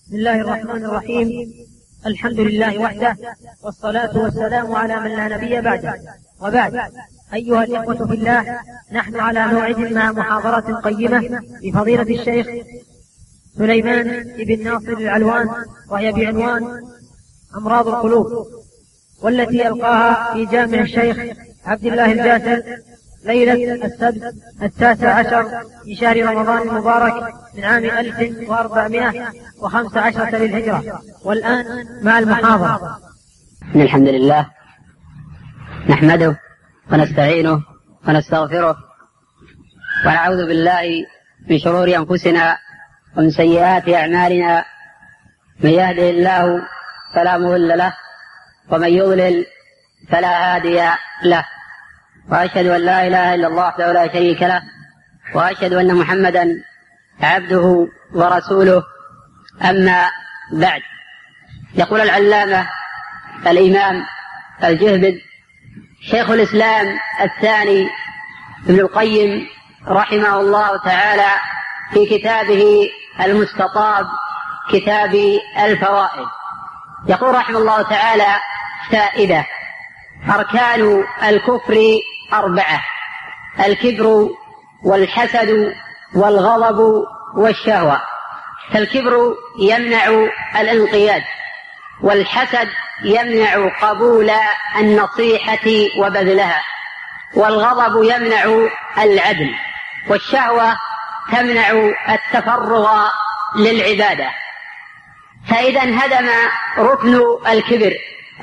بسم الله الرحمن الرحيم. الحمد لله وحده، والصلاة والسلام على من لا نبي بعده، وبعد. أيها الإخوة في الله، نحن على موعد مع محاضرة قيمة لفضيلة الشيخ سليمان بن ناصر العلوان، وهي بعنوان أمراض القلوب، والتي ألقاها في جامع الشيخ عبد الله الجاسر ليلة السبت 19 في شهر رمضان المبارك من عام 1415 للهجرة. والآن مع المحاضرة. إن الحمد لله نحمده ونستعينه ونستغفره ونعوذ بالله من شرور أنفسنا ومن سيئات أعمالنا، من يهده الله فلا مضل له ومن يضلل فلا هادي له، وأشهد أن لا إله إلا الله وحده لا شريك له، وأشهد أن محمدا عبده ورسوله. أما بعد، يقول العلامة الإمام الجهبذ شيخ الإسلام الثاني ابن القيم رحمه الله تعالى في كتابه المستطاب كتاب الفوائد، يقول رحمه الله تعالى: فائدة: أركان الكفر 4: الكبر والحسد والغضب والشهوة. فالكبر يمنع الانقياد، والحسد يمنع قبول النصيحة وبذلها، والغضب يمنع العدل، والشهوة تمنع التفرغ للعبادة. فإذا انهدم ركن الكبر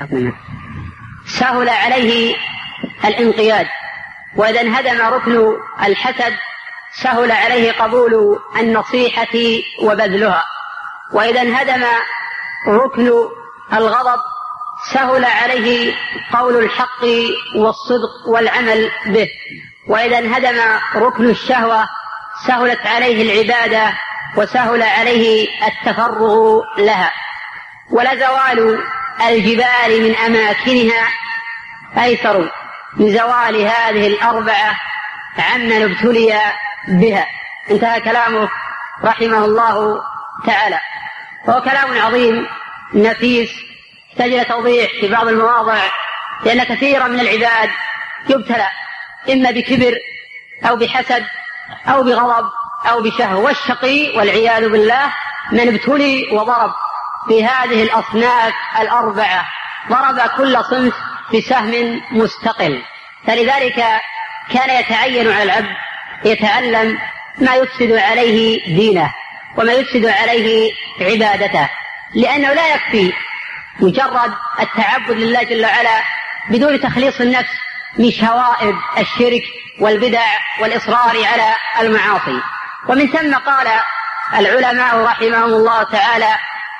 سهل عليه الانقياد، وإذا انهدم ركن الحسد سهل عليه قبول النصيحة وبذلها، وإذا انهدم ركن الغضب سهل عليه قول الحق والصدق والعمل به، وإذا انهدم ركن الشهوة سهلت عليه العبادة وسهل عليه التفرغ لها. ولزوال الجبال من أماكنها أيسر من زوال هذه الأربعة عمن ابتلي بها. انتهى كلامه رحمه الله تعالى، وهو كلام عظيم نفيس يحتاج توضيح في بعض المواضع، لأن كثيرا من العباد يبتلى إما بكبر أو بحسد أو بغضب أو بشهوة، والشقي والعياذ بالله من ابتلي وضرب في هذه الأصناف الأربعة، ضرب كل صنف بسهم مستقل. فلذلك كان يتعين على العبد يتعلم ما يفسد عليه دينه وما يفسد عليه عبادته، لأنه لا يكفي مجرد التعبد لله جل وعلا بدون تخليص النفس من شوائب الشرك والبدع والإصرار على المعاصي. ومن ثم قال العلماء رحمهم الله تعالى: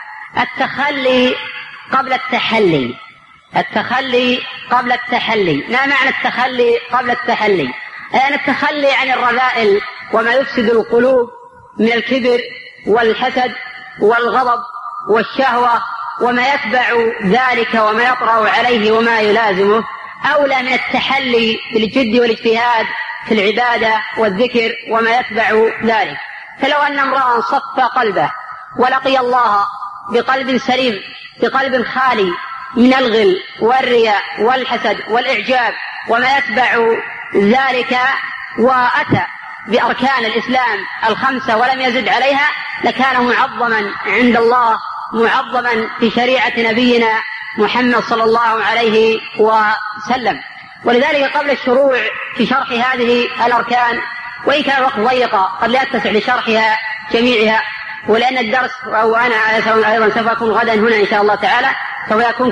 التخلي قبل التحلي. التخلي قبل التحلي. ما معنى التخلي قبل التحلي؟ أن التخلي عن الرذائل وما يفسد القلوب من الكبر والحسد والغضب والشهوة وما يتبع ذلك وما يطرأ عليه وما يلازمه، أولى من التحلي بالجد والاجتهاد في العبادة والذكر وما يتبع ذلك. فلو أن امرأ صفى قلبه ولقي الله بقلب سليم، بقلب خالي من الغل والرياء والحسد والإعجاب وما يتبع ذلك، وأتى بأركان الإسلام 5 ولم يزد عليها، لكان معظما عند الله، معظما في شريعة نبينا محمد صلى الله عليه وسلم. ولذلك قبل الشروع في شرح هذه الأركان، وإن كان الوقت ضيقا قد لا يتسع لشرحها جميعها، ولأن الدرس أو أنا أيضا سوف أكون غدا هنا إن شاء الله تعالى، سوف يكون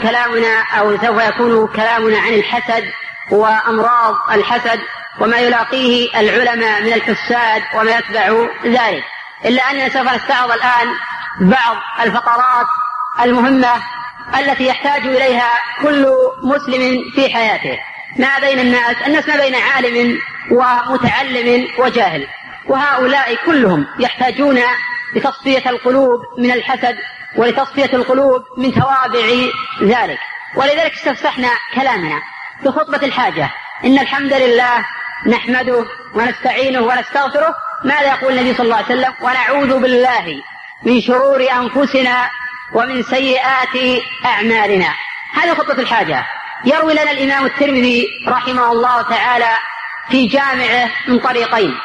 كلامنا عن الحسد وأمراض الحسد وما يلاقيه العلماء من الحساد وما يتبع ذلك، إلا أننا سوف نستعرض الآن بعض الفقرات المهمة التي يحتاج إليها كل مسلم في حياته. ما بين الناس ما بين عالم ومتعلم وجاهل، وهؤلاء كلهم يحتاجون لتصفية القلوب من الحسد ولتصفية القلوب من توابع ذلك. ولذلك استفتحنا كلامنا بخطبة الحاجة: إن الحمد لله نحمده ونستعينه ونستغفره. ماذا يقول النبي صلى الله عليه وسلم؟ ونعوذ بالله من شرور أنفسنا ومن سيئات أعمالنا. هذه خطبة الحاجة. يروي لنا الإمام الترمذي رحمه الله تعالى في جامعه من طريقين: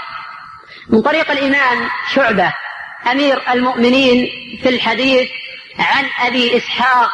من طريق الإمام شعبة أمير المؤمنين في الحديث عن أبي إسحاق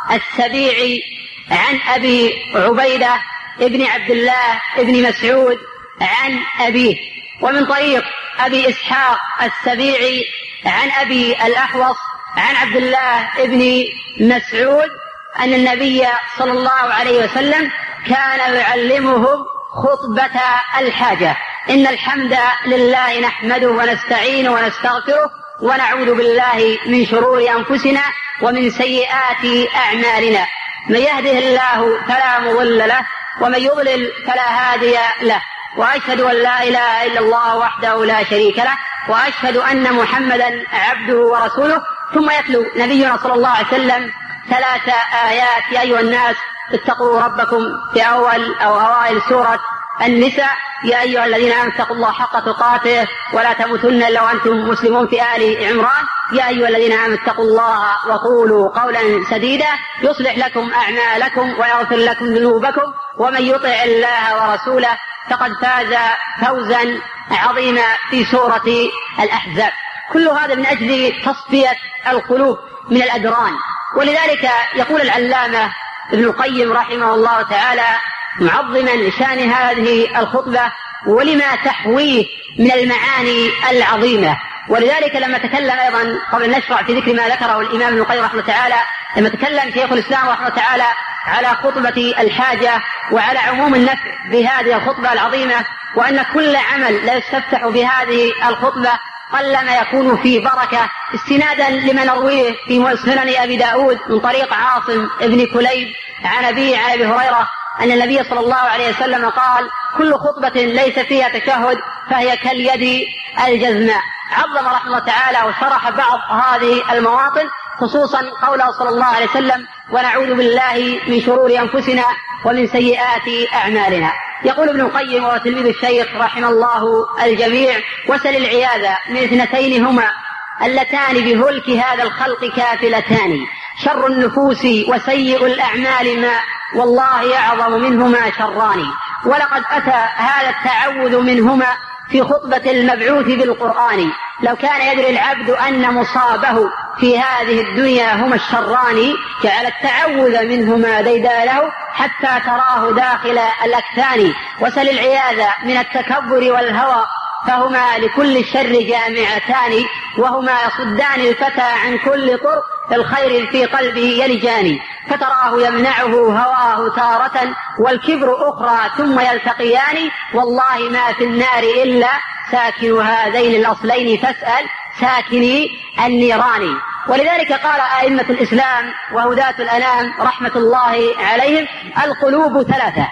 السبيعي عن أبي عبيدة ابن عبد الله ابن مسعود عن أبيه. ومن طريق أبي إسحاق السبيعي عن أبي الأحوص عن عبد الله ابن مسعود أن النبي صلى الله عليه وسلم كان يعلمهم خطبة الحاجة: إن الحمد لله نحمده ونستعينه ونستغفره ونعوذ بالله من شرور أنفسنا ومن سيئات أعمالنا، من يهده الله فلا مضل له ومن يضلل فلا هادي له، وأشهد أن لا إله إلا الله وحده لا شريك له، وأشهد أن محمدا عبده ورسوله. ثم يتلو نبينا صلى الله عليه وسلم 3 آيات: يا أيها الناس اتقوا ربكم في أول أو أوائل سورة النساء: يا أيها الذين آمنوا اتقوا الله حق تقاته ولا تموتن إلا وأنتم مسلمون في آل عمران: يا أيها الذين آمنوا اتقوا الله وقولوا قولا سديدا يصلح لكم أعمالكم ويغفر لكم ذنوبكم ومن يطع الله ورسوله فقد فاز فوزا عظيما في سورة الأحزاب. كل هذا من أجل تصفية القلوب من الأدران. ولذلك يقول العلامة ابن القيم رحمه الله تعالى معظما شان هذه الخطبة ولما تحويه من المعاني العظيمة. ولذلك لما تكلم أيضا قبل أن نشرع في ذكر ما ذكره الإمام ابن القيم رحمه تعالى، لما تكلم شيخ الإسلام رحمه تعالى على خطبة الحاجة وعلى عموم النفع بهذه الخطبة العظيمة، وأن كل عمل لا يستفتح بهذه الخطبة قلما يكون فيه بركة، استنادا لما نرويه في سنن أبي داود من طريق عاصم ابن كليب عن أبي هريرة أن النبي صلى الله عليه وسلم قال: كل خطبة ليس فيها تشهد فهي كاليد الجزماء. عظم رحمه تعالى وشرح بعض هذه المواطن، خصوصا قوله صلى الله عليه وسلم: ونعوذ بالله من شرور أنفسنا ومن سيئات أعمالنا. يقول ابن القيم وهو تلميذ الشيخ رحمه الله الجميع: وسل العياذة من 2 هما اللتان بهلك هذا الخلق كافلتان، شر النفوس وسيء الأعمال ما والله أعظم منهما شران. ولقد أتى هذا التعوذ منهما في خطبة المبعوث بالقرآن، لو كان يدري العبد أن مصابه في هذه الدنيا هما الشران جعل التعوذ منهما ديدا له حتى تراه داخل الأكثان. وسل العياذة من التكبر والهوى فهما لكل الشر جامعتان، وهما يصدان الفتى عن كل طرق الخير في قلبه يلجان، فتراه يمنعه هواه تارة والكبر أخرى ثم يلتقيان، والله ما في النار إلا ساكن هذين الأصلين فاسأل ساكني النيران. ولذلك قال أئمة الإسلام وهداة الأنام رحمة الله عليهم: القلوب 3.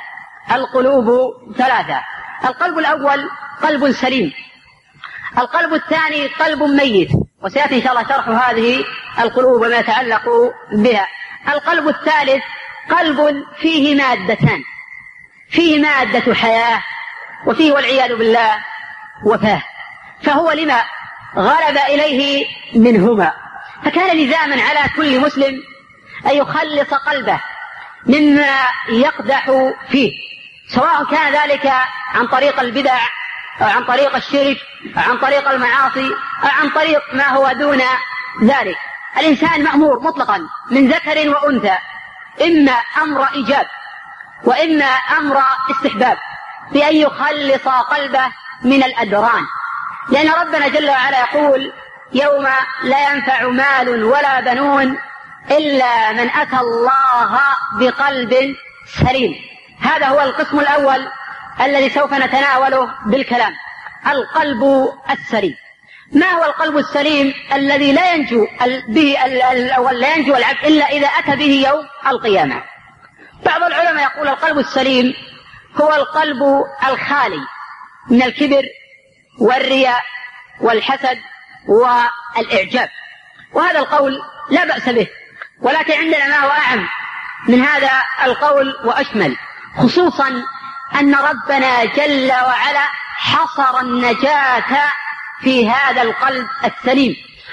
القلوب 3: القلب الأول قلب سليم، القلب الثاني قلب ميت، وسيأتي إن شاء الله شرح هذه القلوب وما يتعلق بها. القلب الثالث قلب فيه مادتان، فيه مادة حياة وفيه والعياذ بالله وفاه، فهو لما غلب إليه منهما. فكان لزاما على كل مسلم أن يخلص قلبه مما يقدح فيه، سواء كان ذلك عن طريق البدع أو عن طريق الشرك أو عن طريق المعاصي أو عن طريق ما هو دون ذلك. الإنسان مأمور مطلقا من ذكر وأنثى إما أمر إيجاب وإما أمر استحباب بأن يخلص قلبه من الأدران، لأن ربنا جل وعلا يقول: يوم لا ينفع مال ولا بنون إلا من أتى الله بقلب سليم. هذا هو القسم الأول الذي سوف نتناوله بالكلام، القلب السليم. ما هو القلب السليم الذي لا ينجو به لا ينجو العبد إلا إذا أتى به يوم القيامة؟ بعض العلماء يقول القلب السليم هو القلب الخالي من الكبر والرياء والحسد والإعجاب، وهذا القول لا بأس به، ولكن عندنا ما هو أعم من هذا القول وأشمل، خصوصا أن ربنا جل وعلا حصر النجاة في هذا القلب السليم،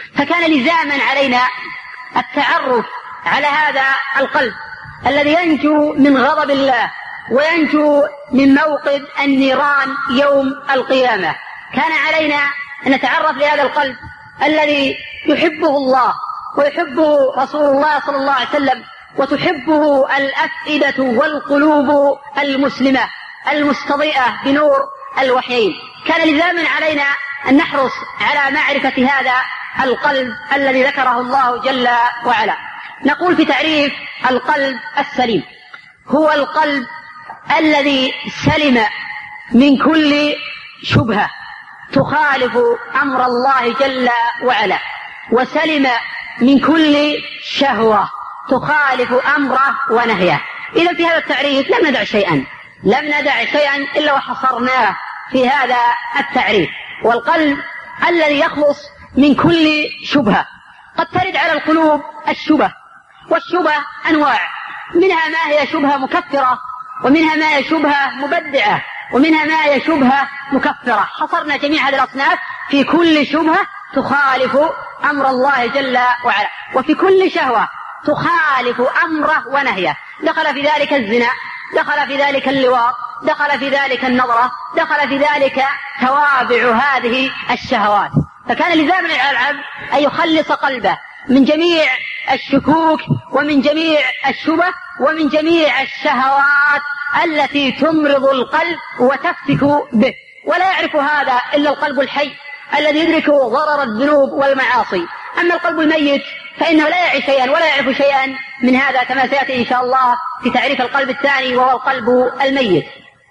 فكان لزاما علينا التعرف على هذا القلب الذي ينجو من غضب الله وينجو من موقد النيران يوم القيامة. كان علينا أن نتعرف لهذا القلب الذي يحبه الله ويحبه رسول الله صلى الله عليه وسلم وتحبه الأفئدة والقلوب المسلمة المستضيئة بنور الوحيين. كان لزاما علينا أن نحرص على معرفة هذا القلب الذي ذكره الله جل وعلا. نقول في تعريف القلب السليم: هو القلب الذي سلم من كل شبهة تخالف أمر الله جل وعلا، وسلم من كل شهوة تخالف أمره ونهيه. إذا في هذا التعريف لم ندع شيئا إلا وحصرناه في هذا التعريف. والقلب الذي يخلص من كل شبهة. قد ترد على القلوب الشبه، والشبه أنواع، منها ما هي شبهة مكفرة، ومنها ما هي شبهة مبدعة، ومنها ما هي شبهة مكفرة. حصرنا جميع هذه الأصناف في كل شبهة تخالف أمر الله جل وعلا، وفي كل شهوة تخالف أمره ونهيه. دخل في ذلك الزنا، دخل في ذلك اللواط، دخل في ذلك النظرة، دخل في ذلك توابع هذه الشهوات. فكان لزاما على العبد أن يخلص قلبه من جميع الشكوك ومن جميع الشبه ومن جميع الشهوات التي تمرض القلب وتفتك به. ولا يعرف هذا إلا القلب الحي الذي يدرك ضرر الذنوب والمعاصي. أما القلب الميت فإنه لا يعي شيئا ولا يعرف شيئا من هذا، كما سيأتي إن شاء الله في تعريف القلب الثاني وهو القلب الميت.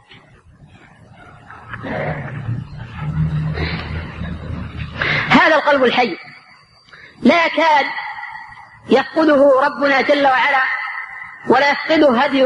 هذا القلب الحي لا يكاد يفقده ربنا جل وعلا ولا يفقده هدي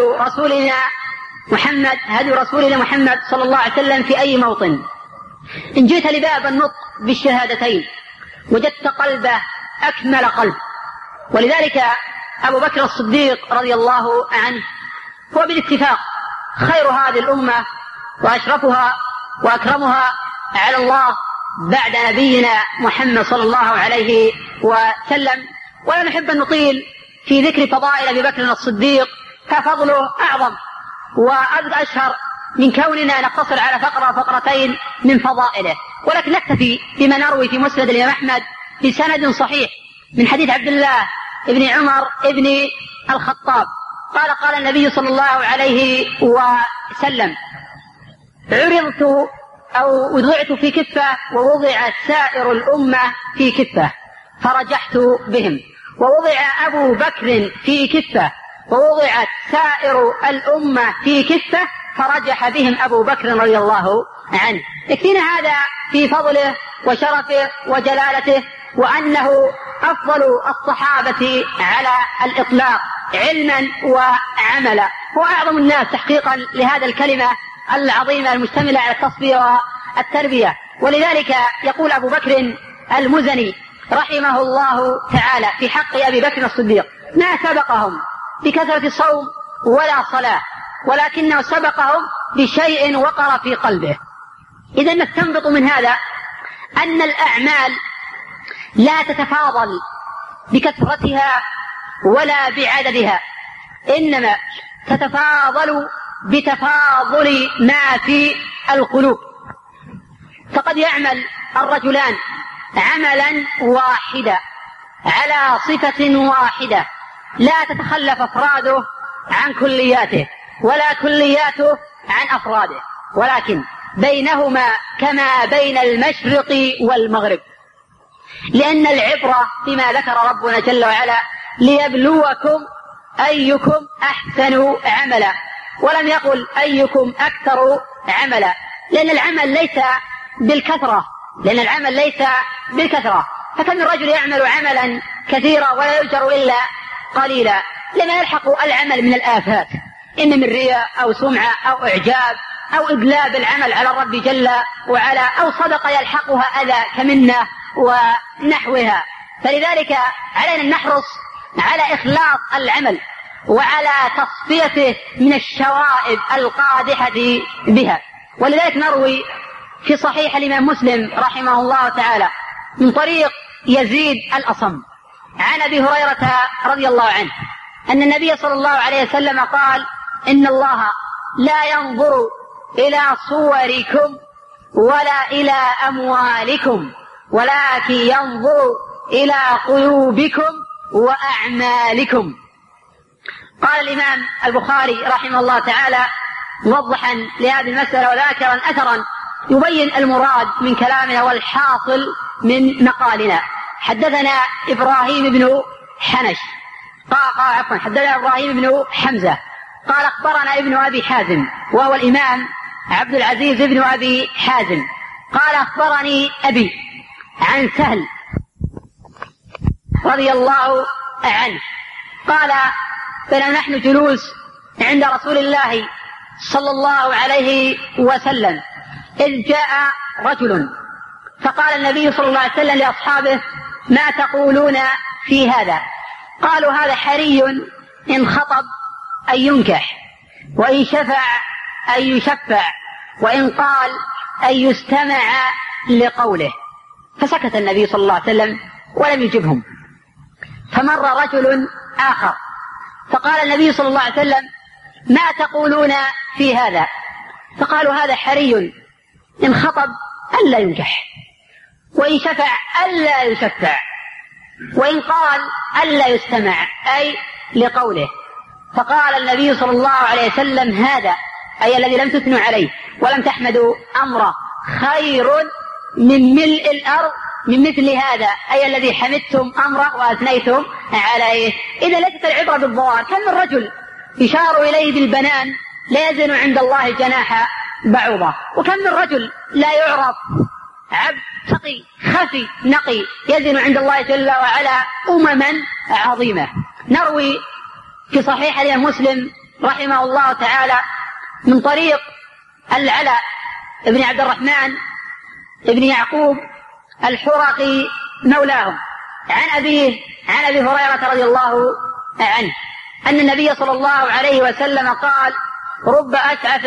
رسولنا محمد صلى الله عليه وسلم في أي موطن. إن جئت لباب النطق بالشهادتين وجدت قلبه أكمل قلب. ولذلك أبو بكر الصديق رضي الله عنه هو بالاتفاق خير هذه الأمة وأشرفها وأكرمها على الله بعد نبينا محمد صلى الله عليه وسلم. ولا نحب أن نطيل في ذكر فضائل أبي بكر الصديق، ففضله أعظم وأشهر من كوننا نقتصر على فقرتين من فضائله، ولكن نكتفي بما نروي في مسند الإمام أحمد بسند صحيح من حديث عبد الله ابن عمر ابن الخطاب قال النبي صلى الله عليه وسلم: عرضت أو وضعت في كفة ووضعت سائر الأمة في كفة فرجحت بهم، ووضع أبو بكر في كفة ووضعت سائر الأمة في كفة فرجح بهم أبو بكر رضي الله عنه. يكفينا هذا في فضله وشرفه وجلالته، وأنه أفضل الصحابة على الإطلاق علما وعملا، هو أعظم الناس تحقيقا لهذا الكلمة العظيمة المشتملة على التصفية والتربية. ولذلك يقول أبو بكر المزني رحمه الله تعالى في حق أبي بكر الصديق: ما سبقهم بكثرة الصوم ولا صلاة، ولكنه سبقهم بشيء وقر في قلبه. إذا نستنبط من هذا أن الأعمال لا تتفاضل بكثرتها ولا بعددها، إنما تتفاضل بتفاضل ما في القلوب. فقد يعمل الرجلان عملا واحدا على صفة واحدة لا تتخلف أفراده عن كلياته ولا كلياته عن أفراده، ولكن بينهما كما بين المشرق والمغرب، لأن العبرة بما ذكر ربنا جل وعلا: ليبلوكم أيكم أحسن عملا، ولم يقل أيكم أكثر عملا، لأن العمل ليس بالكثرة. فكم من رجل يعمل عملا كثيرا ولا يؤجر إلا قليلا، لما يلحق العمل من الآفات، إما من رياء أو سمعة أو إعجاب أو إدلاب العمل على الرب جل وعلا، أو صدقة يلحقها أذى كمنة ونحوها. فلذلك علينا أن نحرص على إخلاص العمل وعلى تصفيته من الشوائب القادحة بها. ولذلك نروي في صحيح الإمام مسلم رحمه الله تعالى من طريق يزيد الأصم عن أبي هريرة رضي الله عنه أن النبي صلى الله عليه وسلم قال: إن الله لا ينظر إلى صوركم ولا إلى أموالكم ولكن ينظر إلى قلوبكم وأعمالكم. قال الإمام البخاري رحمه الله تعالى موضحا لهذه المسألة وذاكرا أثرا يبين المراد من كلامنا والحاصل من مقالنا. حدثنا إبراهيم بن حنش حدثنا إبراهيم بن حمزة قال أخبرنا ابن أبي حازم وهو الإمام عبد العزيز بن أبي حازم قال أخبرني أبي عن سهل رضي الله عنه قال: بينما نحن جلوس عند رسول الله صلى الله عليه وسلم إذ جاء رجل فقال النبي صلى الله عليه وسلم لأصحابه: ما تقولون في هذا؟ قالوا: هذا حري إن خطب أن ينكح، وإن شفع أن يشفع، وإن قال أن يستمع لقوله. فسكت النبي صلى الله عليه وسلم ولم يجبهم. فمر رجل آخر فقال النبي صلى الله عليه وسلم: ما تقولون في هذا؟ فقالوا: هذا حري إن خطب ألا ينكح، وإن شفع ألا يشفع، وإن قال ألا يستمع أي لقوله. فقال النبي صلى الله عليه وسلم: هذا أي الذي لم تثنوا عليه ولم تحمدوا أمره خير من ملء الأرض من مثل هذا أي الذي حمدتم أمره وأثنيتم عليه. إذا ليست العبرة بالظواهر. كم من رجل يشار إليه بالبنان لا يزن عند الله جناح بعوضة، وكم من رجل لا يعرف عبد تقي خفي نقي يزن عند الله جل وعلا أمما عظيمة. نروي في صحيح الإمام مسلم رحمه الله تعالى من طريق العلاء ابن عبد الرحمن ابن يعقوب الحرقي مولاهم عن أبيه عن أبي هريرة رضي الله عنه أن النبي صلى الله عليه وسلم قال: رب أشعث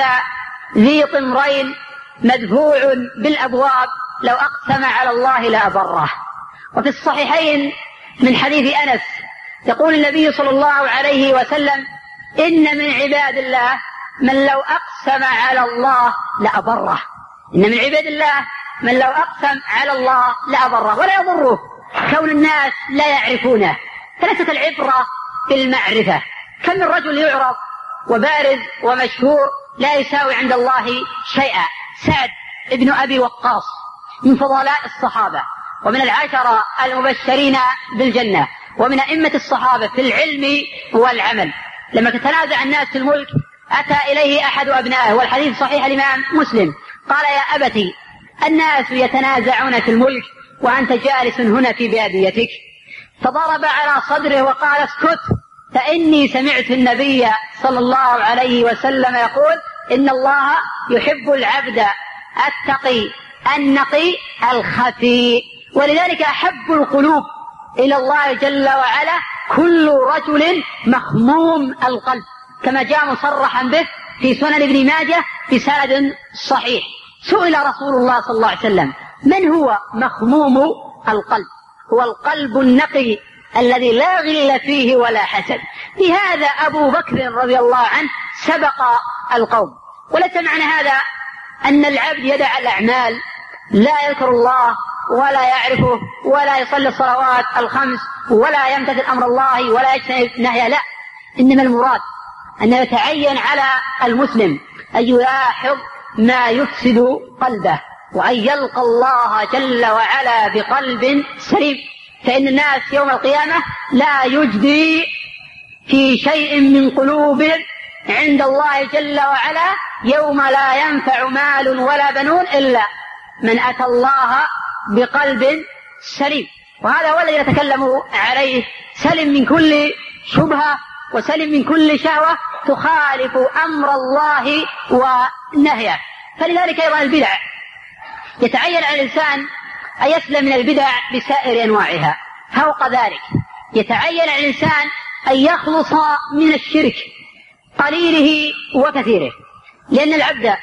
ذي طمرين مدفوع بالأبواب لو أقسم على الله لأبره. وفي الصحيحين من حديث أنس يقول النبي صلى الله عليه وسلم: إن من عباد الله من لو أقسم على الله لأبره. إن من عباد الله من لو أقسم على الله لأبره ولا يضره كون الناس لا يعرفونه. فليست العبرة بالمعرفة. كم من رجل يعرف وبارز ومشهور لا يساوي عند الله شيئا. سعد ابن أبي وقاص من فضلاء الصحابة ومن العشرة المبشرين بالجنة ومن أئمة الصحابة في العلم والعمل. لما تنازع الناس في الملك أتى إليه أحد أبنائه، والحديث صحيح الإمام مسلم، قال: يا أبتي الناس يتنازعون في الملك وأنت جالس هنا في باديتك. فضرب على صدره وقال: اسكت، فإني سمعت النبي صلى الله عليه وسلم يقول: إن الله يحب العبد التقي النقي الخفي. ولذلك أحب القلوب إلى الله جل وعلا كل رجل مخموم القلب، كما جاء مصرحا به في سنن ابن ماجه بسند صحيح. سئل رسول الله صلى الله عليه وسلم: من هو مخموم القلب؟ هو القلب النقي الذي لا غل فيه ولا حسد. لهذا أبو بكر رضي الله عنه سبق القوم. وليس معنى هذا أن العبد يدع الأعمال، لا يذكر الله ولا يعرفه ولا يصلي الصلوات الخمس ولا يمتثل أمر الله ولا يجتنب نهيه، لا. إنما المراد أن يتعين على المسلم أن يلاحظ ما يفسد قلبه وأن يلقى الله جل وعلا بقلب سليم. فإن الناس يوم القيامة لا يجدي في شيء من قلوبهم عند الله جل وعلا يوم لا ينفع مال ولا بنون إلا من أتى الله بقلب سليم. وهذا هو الذي نتكلم عليه، سلم من كل شبهة وسلم من كل شهوة تخالف أمر الله ونهيه. فلذلك أيضا البدع يتعين على الإنسان أن يسلم من البدع بسائر أنواعها. فوق ذلك يتعين على الإنسان أن يخلص من الشرك قليله وكثيره، لأن العبد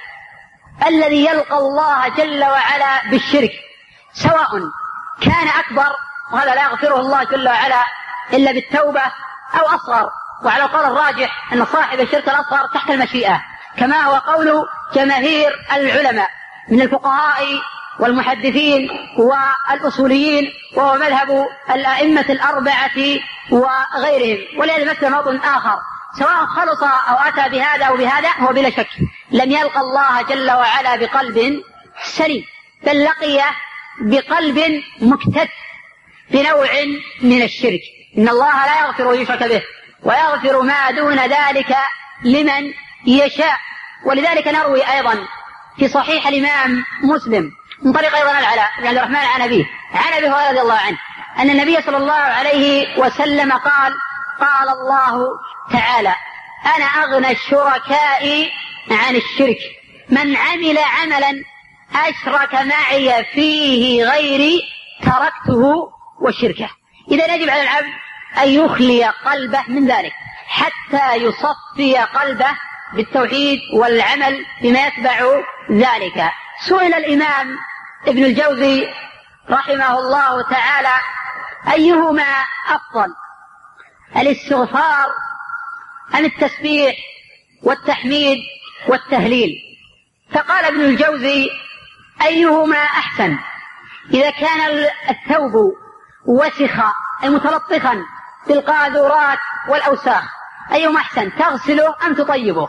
الذي يلقى الله جل وعلا بالشرك سواء كان أكبر وهذا لا يغفره الله جل وعلا إلا بالتوبة أو أصغر. وعلى القول الراجح أن صاحب الشرك الأصغر تحت المشيئة، كما هو قول جماهير العلماء من الفقهاء والمحدثين والأصوليين، وهو مذهب الأئمة الأربعة وغيرهم. ولهذا مثل موطن آخر، سواء خلص أو أتى بهذا أو بهذا هو بلا شك لم يلقى الله جل وعلا بقلب سليم، بل لقي بقلب مكتد بنوع من الشرك. إن الله لا يغفر يشرك به ويغفر ما دون ذلك لمن يشاء. ولذلك نروي أيضا في صحيح الإمام مسلم من طريق أيضا العلاء بن عبد الرحمن عن أبيه رضي الله عنه أن النبي صلى الله عليه وسلم قال: قال الله تعالى: أنا أغنى الشركاء عن الشرك، من عمل عملا أشرك معي فيه غيري تركته وشركه. إذا يجب على العبد أن يخلي قلبه من ذلك حتى يصفي قلبه بالتوحيد والعمل بما يتبع ذلك. سئل الإمام ابن الجوزي رحمه الله تعالى: أيهما أفضل، الاستغفار أم التسبيح والتحميد والتهليل؟ فقال ابن الجوزي: أيهما أحسن؟ إذا كان الثوب وسخا أي متلطخا بالقاذورات والأوساخ أيهما أحسن، تغسله أم تطيبه؟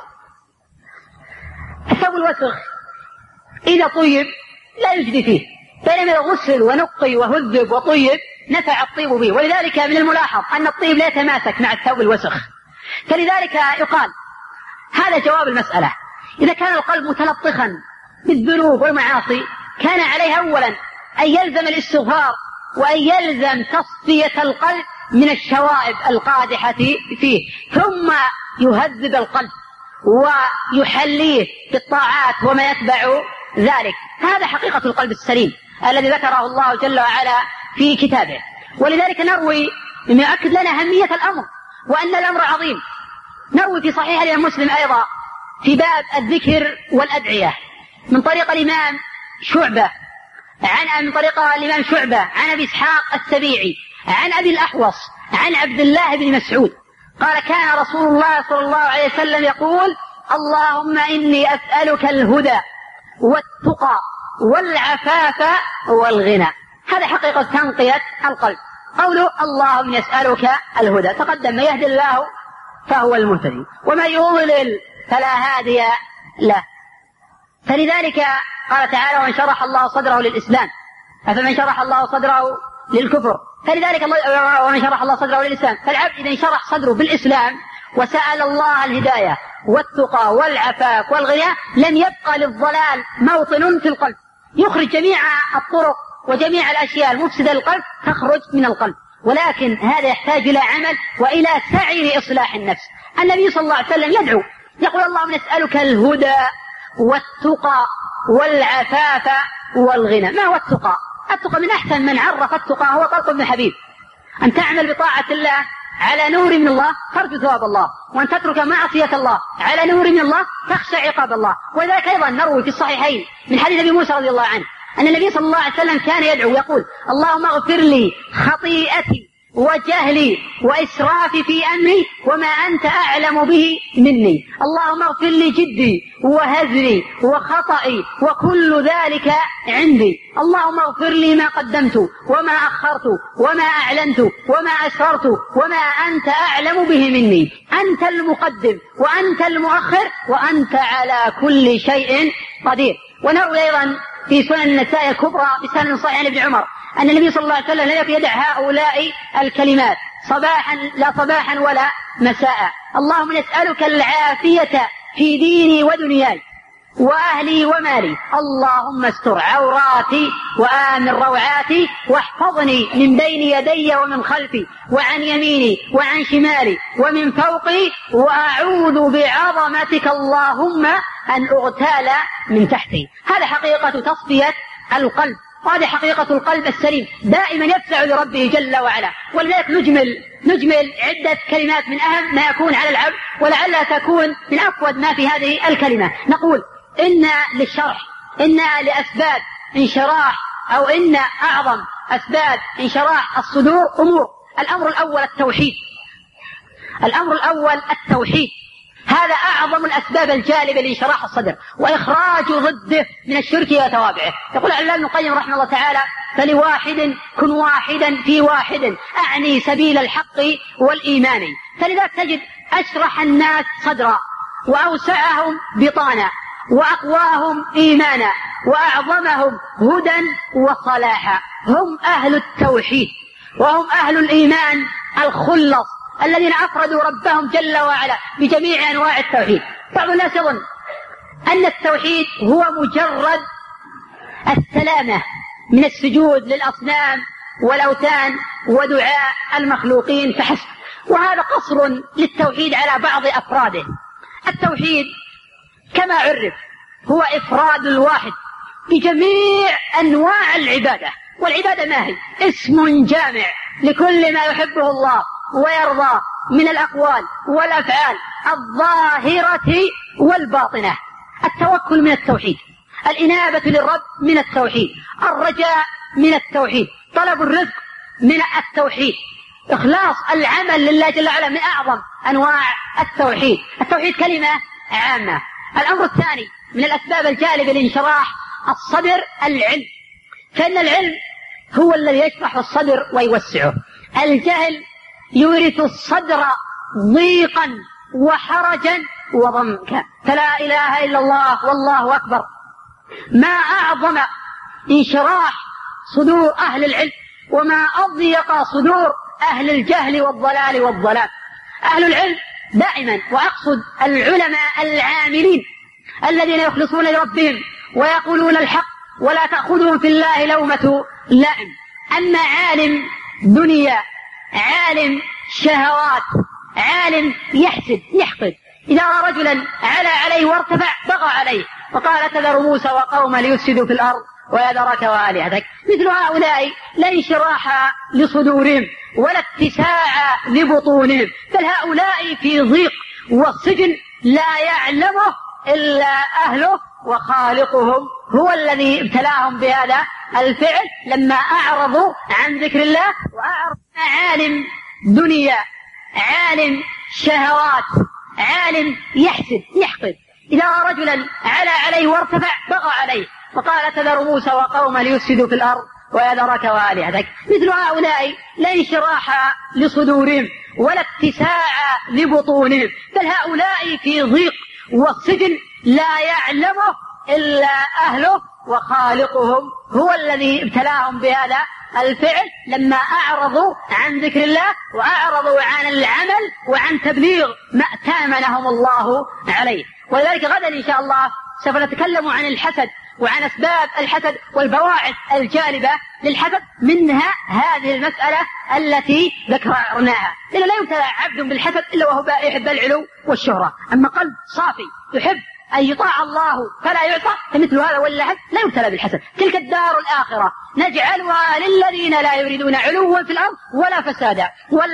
الثوب الوسخ إذا طيب لا يجدي فيه، بينما إذا غسل ونقي وهذب وطيب نفع الطيب به. ولذلك من الملاحظ أن الطيب لا يتماسك مع الثوب الوسخ، فلذلك يقال هذا جواب المسألة. إذا كان القلب متلطخا بالذنوب والمعاصي كان عليه أولا أن يلزم الاستغفار وأن يلزم تصفية القلب من الشوائب القادحة فيه، ثم يهذب القلب ويحليه بالطاعات وما يتبع ذلك. هذا حقيقة القلب السليم الذي ذكره الله جل وعلا في كتابه. ولذلك نروي مما يؤكد لنا أهمية الأمر وأن الأمر عظيم. نروي في صحيح الإمام مسلم أيضا في باب الذكر والأدعية من طريق الإمام شعبة عن أبي إسحاق السبيعي عن أبي الأحوص عن عبد الله بن مسعود قال: كان رسول الله صلى الله عليه وسلم يقول: اللهم إني أسألك الهدى والتقى والعفاف والغنى. هذا حقيقة تنقية القلب، قوله اللهم يسألك الهدى. تقدم: من يهدي الله فهو المهتدي ومن يضلل فلا هادي له. فلذلك قال تعالى: ومن شرح الله صدره للإسلام أفمن شرح الله صدره للكفر. فلذلك ومن شرح الله صدره للإسلام، فالعبد إذا شرح صدره بالإسلام وسأل الله الهداية والتقى والعفاف والغنى لم يبقى للضلال موطن في القلب، يخرج جميع الطرق وجميع الأشياء المفسدة للقلب تخرج من القلب. ولكن هذا يحتاج إلى عمل وإلى سعي لإصلاح النفس. النبي صلى الله عليه وسلم يدعو يقول: اللهم نسألك الهدى والتقى والعفاف والغنى. ما هو التقى؟ التقى من أحسن من عرف التقى هو طلق بن حبيب: أن تعمل بطاعة الله على نور من الله ترجو ثواب الله، وأن تترك معصية الله على نور من الله تخشى عقاب الله. وذلك أيضا نروي في الصحيحين من حديث أبي موسى رضي الله عنه أن النبي صلى الله عليه وسلم كان يدعو يقول: اللهم اغفر لي خطيئتي وجهلي وإسرافي في أمري وما أنت أعلم به مني، اللهم اغفر لي جدي وهزلي وخطئي وكل ذلك عندي، اللهم اغفر لي ما قدمت وما أخرت وما أعلنت وما أسررت وما أنت أعلم به مني، أنت المقدم وأنت المؤخر وأنت على كل شيء قدير. ونروي أيضا في سنن النسائي الكبرى بسند صحيح عن ابن عمر أن النبي صلى الله عليه وسلم لا يدع هؤلاء الكلمات صباحا ولا مساء: اللهم نسألك العافية في ديني ودنياي وأهلي ومالي، اللهم استر عوراتي وآمن روعاتي واحفظني من بين يدي ومن خلفي وعن يميني وعن شمالي ومن فوقي، وأعوذ بعظمتك اللهم أن أغتال من تحتي. هذا حقيقة تصفية القلب، وهذه حقيقة القلب السليم دائما يدفع لربه جل وعلا. ولذلك نجمل عدة كلمات من أهم ما يكون على العبد، ولعلها تكون من أفود ما في هذه الكلمة. نقول إن للشرح إن لأسباب انشراح أو إن أعظم أسباب انشراح الصدور أمور. الأمر الأول التوحيد، هذا أعظم الأسباب الجالبة لانشراح الصدر وإخراج ضده من الشرك وتوابعه. يقول العلامة ابن القيم رحمه الله تعالى: فلواحد كن واحدا في واحد، أعني سبيل الحق والإيمان. فلذلك تجد أشرح الناس صدرا وأوسعهم بطانا وأقواهم إيمانا وأعظمهم هدى وصلاحا هم أهل التوحيد، وهم أهل الإيمان الخلص الذين أفردوا ربهم جل وعلا بجميع أنواع التوحيد. بعض الناس يظن أن التوحيد هو مجرد السلامة من السجود للأصنام والأوثان ودعاء المخلوقين فحسب، وهذا قصر للتوحيد على بعض أفراده. التوحيد كما عرف هو إفراد الواحد بجميع أنواع العبادة، والعبادة ما هي؟ اسم جامع لكل ما يحبه الله ويرضى من الأقوال والأفعال الظاهرة والباطنة. التوكل من التوحيد، الإنابة للرب من التوحيد، الرجاء من التوحيد، طلب الرزق من التوحيد، إخلاص العمل لله جل وعلا من أعظم أنواع التوحيد. التوحيد كلمة عامة. الأمر الثاني من الأسباب الجالبة لانشراح الصدر العلم، فإن العلم هو الذي يشرح الصدر ويوسعه. الجهل يورث الصدر ضيقا وحرجا وضنكا. فلا إله إلا الله والله أكبر. ما أعظم انشراح صدور أهل العلم وما أضيق صدور أهل الجهل والضلال والظلام. أهل العلم دائما، وأقصد العلماء العاملين الذين يخلصون لربهم ويقولون الحق ولا تأخذهم في الله لومة لائم. أما عالم دنيا، عالم شهوات، عالم يحقد، إذا رأى رجلا علا عليه وارتفع بغى عليه وقال: تذر موسى وقوم ليفسدوا في الأرض ويذرك وآلهتك. مثل هؤلاء لا انشراح لصدورهم ولا اتساع لبطونهم، بل هؤلاء في ضيق والسجن لا يعلمه إلا أهله، وخالقهم هو الذي ابتلاهم بهذا الفعل لما أعرضوا عن ذكر الله وأعرض. عالم دنيا، عالم شهوات، عالم يحقد، إذا رأى رجلا علا عليه وارتفع بغى عليه وقال: تذر موسى وقوم ليفسدوا في الأرض ويذرك وآلهتك. مثل هؤلاء لا انشراح لصدورهم ولا اتساع لبطونهم، بل هؤلاء في ضيق والسجن لا يعلمه إلا أهله، وخالقهم هو الذي ابتلاهم بهذا الفعل لما أعرضوا عن ذكر الله وأعرضوا عن العمل وعن تبليغ ما ائتمنهم الله عليه. ولذلك غدا إن شاء الله سوف نتكلم عن الحسد وعن أسباب الحسد والبواعث الجالبة للحسد، منها هذه المسألة التي ذكرناها. لأنه لا يبتلى عبد بالحسد إلا وهو يحب العلو والشهرة. أما قلب صافي يحب أن يطاع الله فلا يعصى، فمثل هذا واللحد لا يبتلى بالحسد. تلك الدار الآخرة نجعلها للذين لا يريدون علوا في الأرض ولا فسادا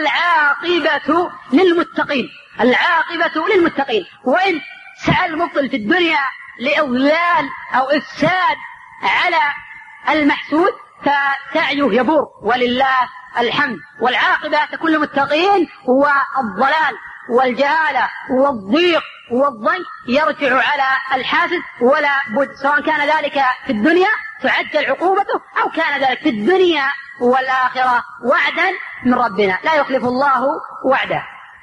والعاقبة للمتقين. العاقبة للمتقين. وإن سعى المبطل في الدنيا لإضلال أو إفساد على المحسود فسعيه يبور ولله الحمد. والعاقبة تكون للمتقين هو الضلال والجهالة والضيق والضنك يرجع على الحاسد ولا بد، سواء كان ذلك في الدنيا تعجل عقوبته أو كان ذلك في الدنيا والآخرة وعدا من ربنا لا يخلف الله وعده.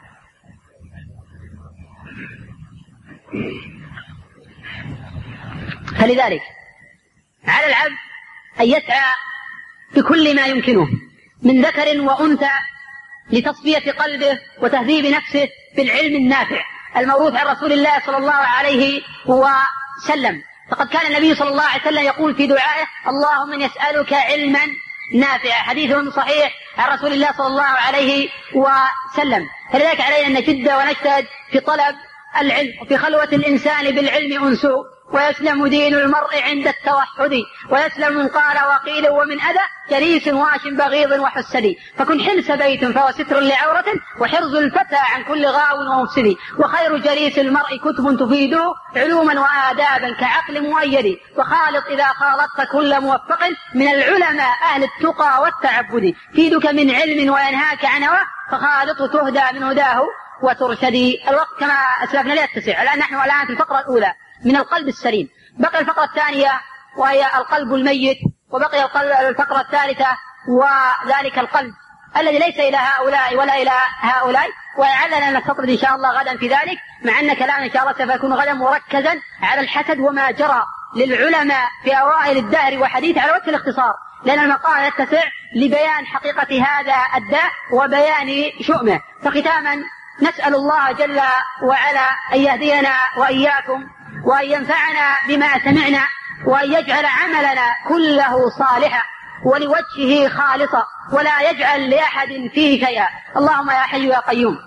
فلذلك على العبد أن يسعى بكل ما يمكنه من ذكر وأنثى لتصفية قلبه وتهذيب نفسه بالعلم النافع الموروث عن رسول الله صلى الله عليه وسلم. فقد كان النبي صلى الله عليه وسلم يقول في دعائه: اللهم إني أسألك علما نافعا، حديث صحيح عن رسول الله صلى الله عليه وسلم. فلذلك علينا أن نجد ونجتهد في طلب العلم وفي خلوة الإنسان بالعلم أنسه ويسلم دين المرء عند التوحد، ويسلم من قال وقيل ومن أذى جليس واش بغيض وحسد. فكن حلس بيت فهو ستر لعورة، وحرز الفتى عن كل غاو ومفسد. وخير جليس المرء كتب تفيده علوما وآدابا كعقل مؤيد. وخالط إذا خالطت كل موفق من العلماء أهل التقى والتعبد. فيدك من علم وينهاك عن هوى، فخالط تهدى من هداه وترشدي. الوقت كما أسلفنا لا يتسع. الآن نحن في الفقرة الأولى من القلب السليم. بقي الفقرة الثانية وهي القلب الميت، وبقي الفقرة الثالثة وذلك القلب الذي ليس إلى هؤلاء ولا إلى هؤلاء. ولعلنا نستطرد إن شاء الله غدا في ذلك، مع أن كلامنا إن شاء الله سوف يكون غدا مركزا على الحسد وما جرى للعلماء في أوائل الدهر وحديث على وجه الاختصار، لأن المقام يتسع لبيان حقيقة هذا الداء وبيان شؤمه. فختاما نسأل الله جل وعلا أن يهدينا وإياكم، وأن ينفعنا بما سمعنا، وأن يجعل عملنا كله صالحا ولوجهه خالصا، ولا يجعل لأحد فيه شيئا. اللهم يا حي يا قيوم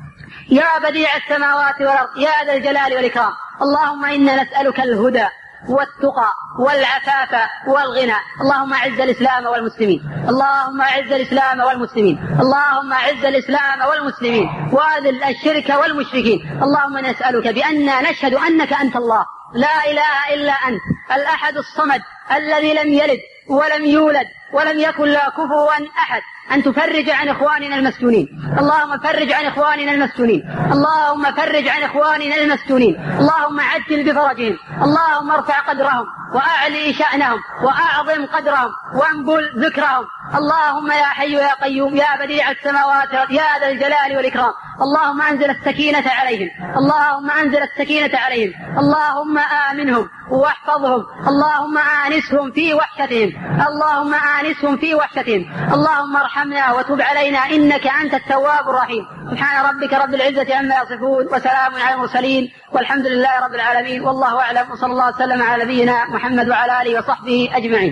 يا بديع السماوات والأرض يا ذا الجلال والإكرام، اللهم إنا نسألك الهدى والتقى والعفاف والغنى. اللهم أعز الإسلام والمسلمين، اللهم أعز الإسلام والمسلمين، اللهم أعز الإسلام والمسلمين وأذل الشرك والمشركين. اللهم نسألك بأننا نشهد أنك أنت الله لا إله إلا أنت الأحد الصمد الذي لم يلد ولم يولد ولم يكن له كفوا أحد، أن تفرج عن إخواننا المسجونين. اللهم فرج عن إخواننا المسجونين، اللهم فرج عن إخواننا المسجونين، اللهم عجل بفرجهم، اللهم ارفع قدرهم وأعلي شأنهم وأعظم قدرهم وانبل ذكرهم. اللهم يا حي يا قيوم يا بديع السماوات يا ذا الجلال والإكرام، اللهم أنزل السكينة عليهم، اللهم أنزل السكينة عليهم، اللهم آمنهم واحفظهم، اللهم آنسهم في وحشتهم، اللهم آنسهم في وحشتهم. اللهم ارحمنا وتب علينا إنك أنت التواب الرحيم. سبحان ربك رب العزة عما يصفون وسلام على المرسلين والحمد لله رب العالمين، والله أعلم، وصلى الله وسلم على نبينا محمد وعلى آله وصحبه أجمعين.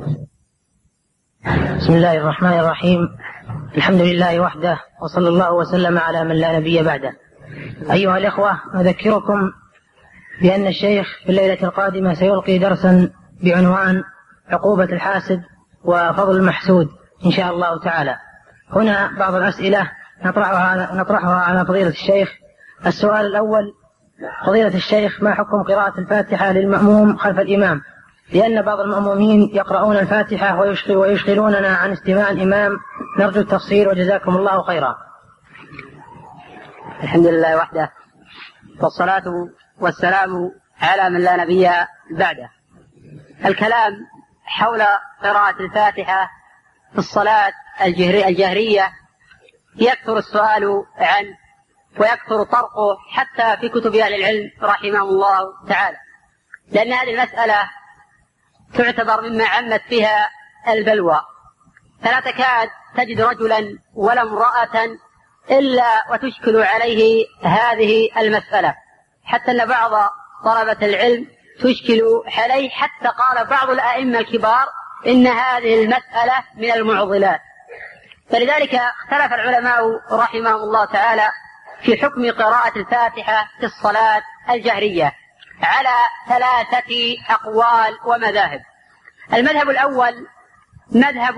بسم الله الرحمن الرحيم. الحمد لله وحده، وصلى الله وسلم على من لا نبي بعده. أيها الإخوة، أذكركم بأن الشيخ في الليلة القادمة سيلقي درسا بعنوان عقوبة الحاسد وفضل المحسود إن شاء الله تعالى. هنا بعض الأسئلة نطرحها على فضيلة الشيخ. السؤال الأول: فضيلة الشيخ، ما حكم قراءة الفاتحة للمأموم خلف الإمام؟ لأن بعض المأمومين يقرؤون الفاتحة ويشغلوننا عن استماع الإمام، نرجو التفصيل وجزاكم الله خيرا. الحمد لله وحده، والصلاة والسلام على من لا نبي بعده. الكلام حول قراءة الفاتحة في الصلاة الجهرية يكثر السؤال عنه ويكثر طرقه حتى في كتب أهل العلم رحمهم الله تعالى، لأن هذه المسألة تعتبر مما عمت فيها البلوى، فلا تكاد تجد رجلا ولا امرأة إلا وتشكل عليه هذه المسألة، حتى أن بعض طلبة العلم تشكل عليه، حتى قال بعض الأئمة الكبار إن هذه المسألة من المعضلات. فلذلك اختلف العلماء رحمهم الله تعالى في حكم قراءة الفاتحة في الصلاة الجهرية على 3 أقوال ومذاهب. المذهب الأول مذهب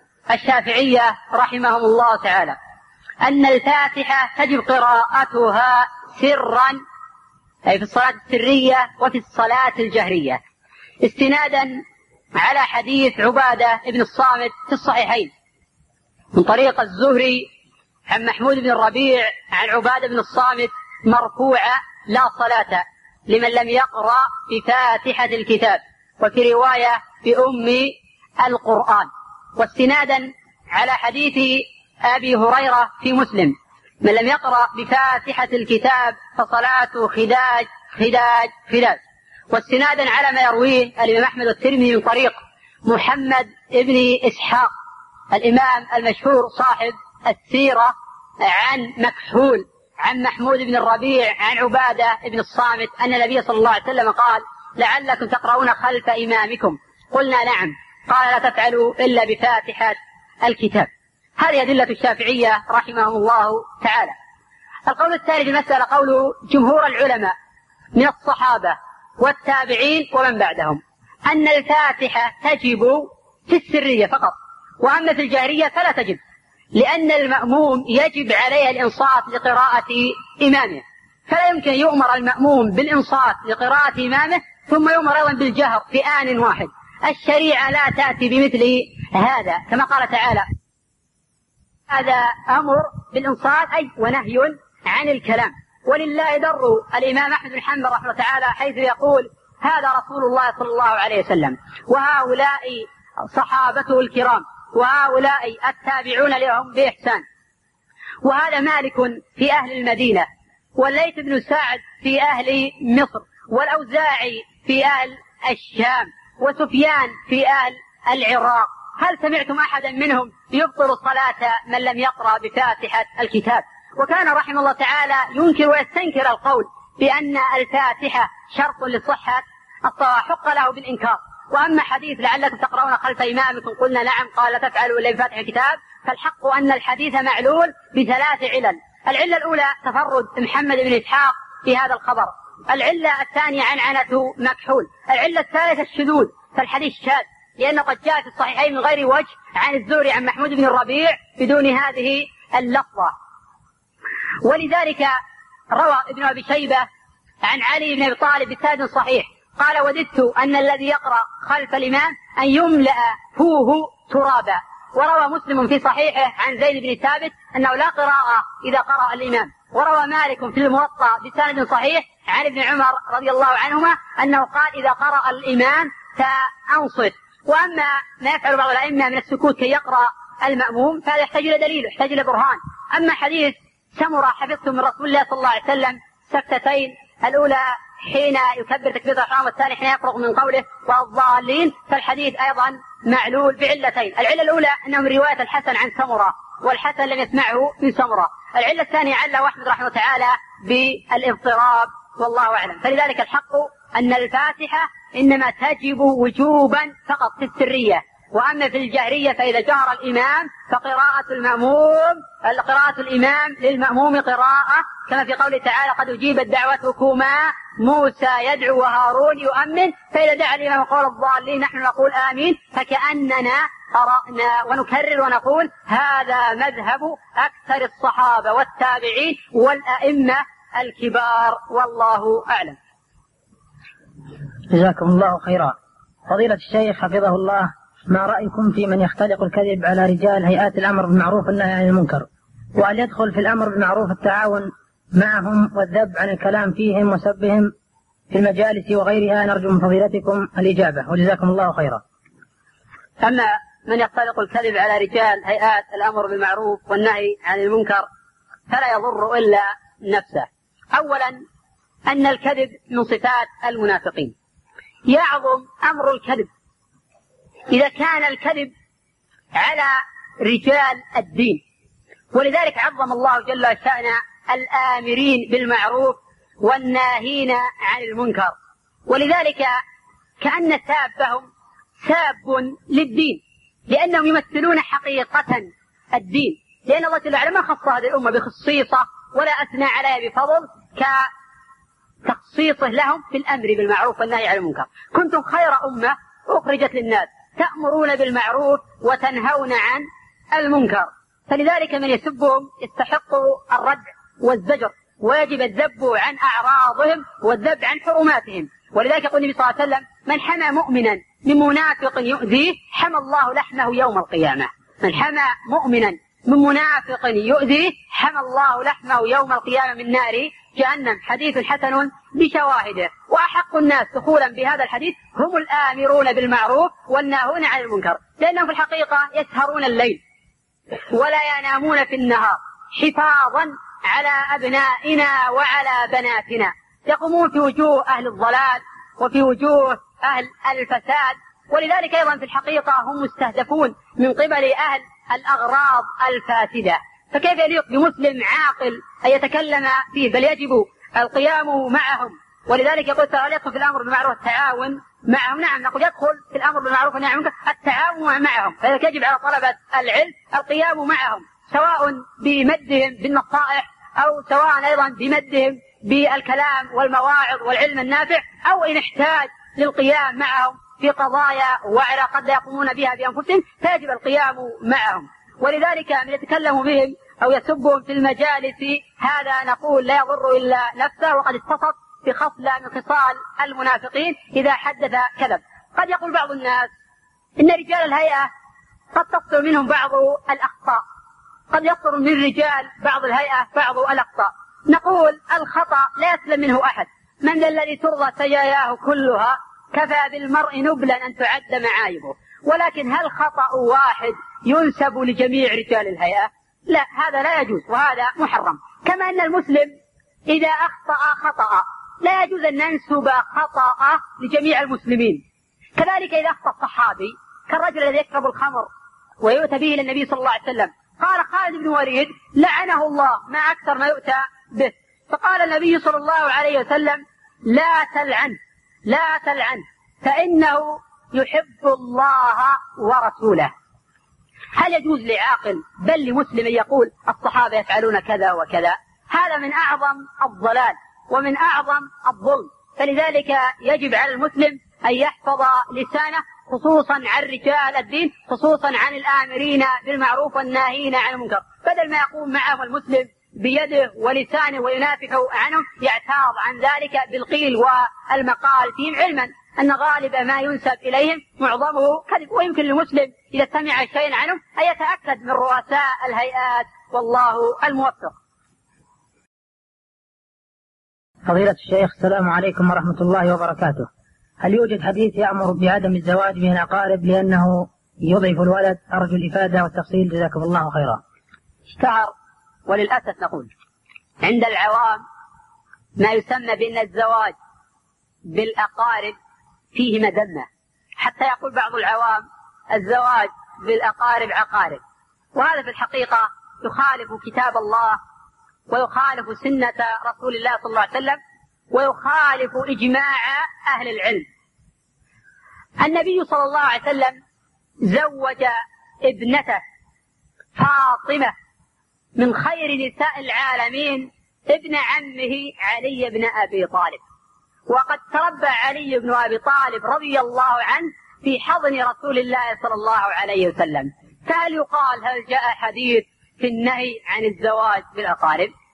الشافعية رحمهم الله تعالى، أن الفاتحة تجب قراءتها سرا، أي في الصلاة السرية وفي الصلاة الجهرية، استنادا على حديث عبادة بن الصامت في الصحيحين من طريق الزهري عن محمود بن الربيع عن عبادة بن الصامت مرفوعة: لا صلاة لمن لم يقرأ بفاتحة الكتاب، وفي رواية بأم القرآن، واستنادا على حديث أبي هريرة في مسلم: من لم يقرأ بفاتحة الكتاب فصلاته خداج خداج خداج، واستنادا على ما يرويه الإمام أحمد والترمذي من طريق محمد بن إسحاق الإمام المشهور صاحب السيرة عن مكحول عن محمود بن الربيع عن عبادة بن الصامت أن النبي صلى الله عليه وسلم قال: لعلكم تقرؤون خلف إمامكم. قلنا: نعم. قال: لا تفعلوا إلا بفاتحة الكتاب. هذه أدلة الشافعية رحمهم الله تعالى. القول الثاني في المسألة قول جمهور العلماء من الصحابة والتابعين ومن بعدهم أن الفاتحة تجب في السرية فقط، وأما في الجهرية فلا تجب، لأن المأموم يجب عليه الإنصات لقراءة إمامه، فلا يمكن يؤمر المأموم بالإنصات لقراءة إمامه ثم يؤمر أيضا بالجهر في آن واحد. الشريعة لا تأتي بمثل هذا، كما قال تعالى: هذا أمر بالإنصات أي ونهي عن الكلام. ولله در الإمام أحمد بن حنبل رحمه الله تعالى حيث يقول: هذا رسول الله صلى الله عليه وسلم، وهؤلاء صحابته الكرام، وهؤلاء التابعون لهم بإحسان. وهذا مالك في أهل المدينة، والليث بن سعد في أهل مصر، والأوزاعي في أهل الشام، وسفيان في أهل العراق. هل سمعتم أحدا منهم يبطل صلاة من لم يقرأ بفاتحة الكتاب؟ وكان رحمه الله تعالى ينكر ويستنكر القول بأن الفاتحة شرط لصحة الصلاة، حق له بالإنكار. وأما حديث لعلكم تقرؤون خلف إمامكم قلنا نعم قال لا تفعلوا إلا بفاتحة الكتاب، فالحق أن الحديث معلول بثلاث علل. العلة الأولى تفرد محمد بن إسحاق في هذا الخبر، العلة الثانية عنعنة مكحول، العلة الثالثة الشذوذ، فالحديث شاذ لأنه قد جاء في الصحيحين من غير وجه عن الزهري عن محمود بن الربيع بدون هذه اللفظة. ولذلك روى ابن أبي شيبة عن علي بن أبي طالب بسند صحيح قال: وددت أن الذي يقرأ خلف الإمام أن يملأ فوه ترابا. وروى مسلم في صحيحه عن زيد بن ثابت أنه لا قراءة إذا قرأ الإمام. وروى مالك في الموطأ بسند صحيح عن ابن عمر رضي الله عنهما أنه قال: إذا قرأ الإمام فأنصت. وأما ما يفعل بعض الأئمة من السكوت كي يقرأ المأموم فهذا يحتاج إلى دليل، يحتاج إلى برهان. أما حديث سمرة حفظت من رسول الله صلى الله عليه وسلم سكتتين، الأولى حين يكبر تكبيرة الإحرام والثاني حين يفرغ من قوله والضالين، فالحديث أيضا معلول بعلتين. العلة الأولى أنه من رواية الحسن عن سمرة، والحسن لم يسمعه من سمرة. العلة الثانية عله أحمد رحمه تعالى بالاضطراب والله أعلم. فلذلك الحق أن الفاتحة إنما تجب وجوبا فقط في السرية، وأما في الجهرية فإذا جهر الإمام فقراءة الإمام للمأموم قراءة، كما في قوله تعالى: قد أجيبت دعوتكما موسى يدعو وهارون يؤمن، فإذا دعا الإمام قول الضالين نحن نقول آمين، فكأننا قرأنا ونكرر ونقول هذا مذهب أكثر الصحابة والتابعين والأئمة الكبار والله أعلم. جزاكم الله خيرا. فضيلة الشيخ حفظه الله، ما رأيكم في من يختلق الكذب على رجال هيئات الأمر بالمعروف والنهي عن المنكر؟ وهل يدخل في الأمر بالمعروف التعاون معهم والذب عن الكلام فيهم وسبهم في المجالس وغيرها؟ نرجو من فضيلتكم الإجابة وجزاكم الله خيرا. أما من يختلق الكذب على رجال هيئات الأمر بالمعروف والنهي عن المنكر فلا يضر إلا نفسه. أولا أن الكذب من صفات المنافقين، يعظم أمر الكذب إذا كان الكذب على رجال الدين، ولذلك عظم الله جل وعلا الآمرين بالمعروف والناهين عن المنكر، ولذلك كأن سابهم ساب للدين لأنهم يمثلون حقيقة الدين، لأن الله جل وعلا ما خص هذه الأمة بخصيصة ولا أثنى عليها بفضل كتخصيصه لهم في الأمر بالمعروف والنهي عن المنكر. كنتم خير أمة أخرجت للناس تأمرون بالمعروف وتنهون عن المنكر، فلذلك من يسبهم يستحق الرد والزجر، ويجب الذب عن أعراضهم والذب عن حرماتهم. ولذلك يقول النبي صلى الله عليه وسلم: من حمى مؤمنا من منافق يؤذيه حمى الله لحمه يوم القيامة. من حمى مؤمنا من منافق يؤذيه حمى الله لحمه يوم القيامة من نار جهنم. حديث حسن بشواهده. وأحق الناس دخولا بهذا الحديث هم الآمرون بالمعروف والناهون عن المنكر، لأنهم في الحقيقة يسهرون الليل ولا ينامون في النهار حفاظا على أبنائنا وعلى بناتنا، يقومون في وجوه أهل الضلال وفي وجوه أهل الفساد، ولذلك أيضا في الحقيقة هم مستهدفون من قبل أهل الأغراض الفاسدة. فكيف يليق بمسلم عاقل أن يتكلم فيه؟ بل يجب القيام معهم. ولذلك يقول تعالى: يدخل في الأمر بالمعروف التعاون معهم. نعم، نقول يدخل في الأمر بالمعروف والنهي عن المنكر التعاون معهم، فذلك يجب على طلبة العلم القيام معهم، سواء بمدهم بالنصائح أو سواء أيضا بمدهم بالكلام والمواعظ والعلم النافع، أو إن احتاج للقيام معهم في قضايا وعرة قد لا يقومون بها بأنفسهم فيجب القيام معهم. ولذلك من يتكلم بهم أو يسبهم في المجالس هذا نقول لا يضر إلا نفسه، وقد اتصف بخصلة من خصال المنافقين إذا حدث كذب. قد يقول بعض الناس إن رجال الهيئة قد تصدر منهم بعض الأخطاء، قد يصدر من رجال بعض الهيئة بعض الأخطاء. نقول الخطأ لا يسلم منه أحد، من ذا الذي ترضى سجاياه كلها، كفى بالمرء نبلا أن تعد معايبه. ولكن هل خطأ واحد ينسب لجميع رجال الهيئة؟ لا، هذا لا يجوز وهذا محرم. كما أن المسلم إذا أخطأ خطأ لا يجوز أن ننسب خطأ لجميع المسلمين. كذلك إذا أخطأ الصحابي كالرجل الذي يشرب الخمر ويؤتى به إلى النبي صلى الله عليه وسلم، قال خالد بن وليد لعنه الله ما أكثر ما يؤتى به، فقال النبي صلى الله عليه وسلم لا تلعن فإنه يحب الله ورسوله. هل يجوز لعاقل بل لمسلم يقول الصحابة يفعلون كذا وكذا؟ هذا من أعظم الضلال ومن أعظم الظلم. فلذلك يجب على المسلم أن يحفظ لسانه خصوصا عن رجال الدين، خصوصا عن الآمرين بالمعروف والناهين عن المنكر، بدل ما يقوم معهم المسلم بيده ولسانه وينافح عنهم يعتاض عن ذلك بالقيل والمقال فيهم، علما أن غالب ما ينسب إليهم معظمه كذب. ويمكن للمسلم إذا سمع شيئا عنهم أن يتأكد من رؤساء الهيئات، والله الموفق. فضيلة الشيخ، السلام عليكم ورحمة الله وبركاته. هل يوجد حديث يأمر بعدم الزواج من الأقارب لأنه يضعف الولد؟ أرجو الإفادة والتفصيل جزاكم الله خيرا. اشتهر وللأسف نقول عند العوام ما يسمى بأن الزواج بالأقارب فيه مذمة، حتى يقول بعض العوام الزواج بالأقارب عقارب، وهذا في الحقيقة يخالف كتاب الله ويخالف سنة رسول الله صلى الله عليه وسلم ويخالف إجماع أهل العلم. النبي صلى الله عليه وسلم زوج ابنته فاطمة من خير نساء العالمين ابن عمه علي بن أبي طالب، وقد تربى علي بن أبي طالب رضي الله عنه في حضن رسول الله صلى الله عليه وسلم. فهل يقال هل جاء حديث في النهي عن الزواج بالأقارب؟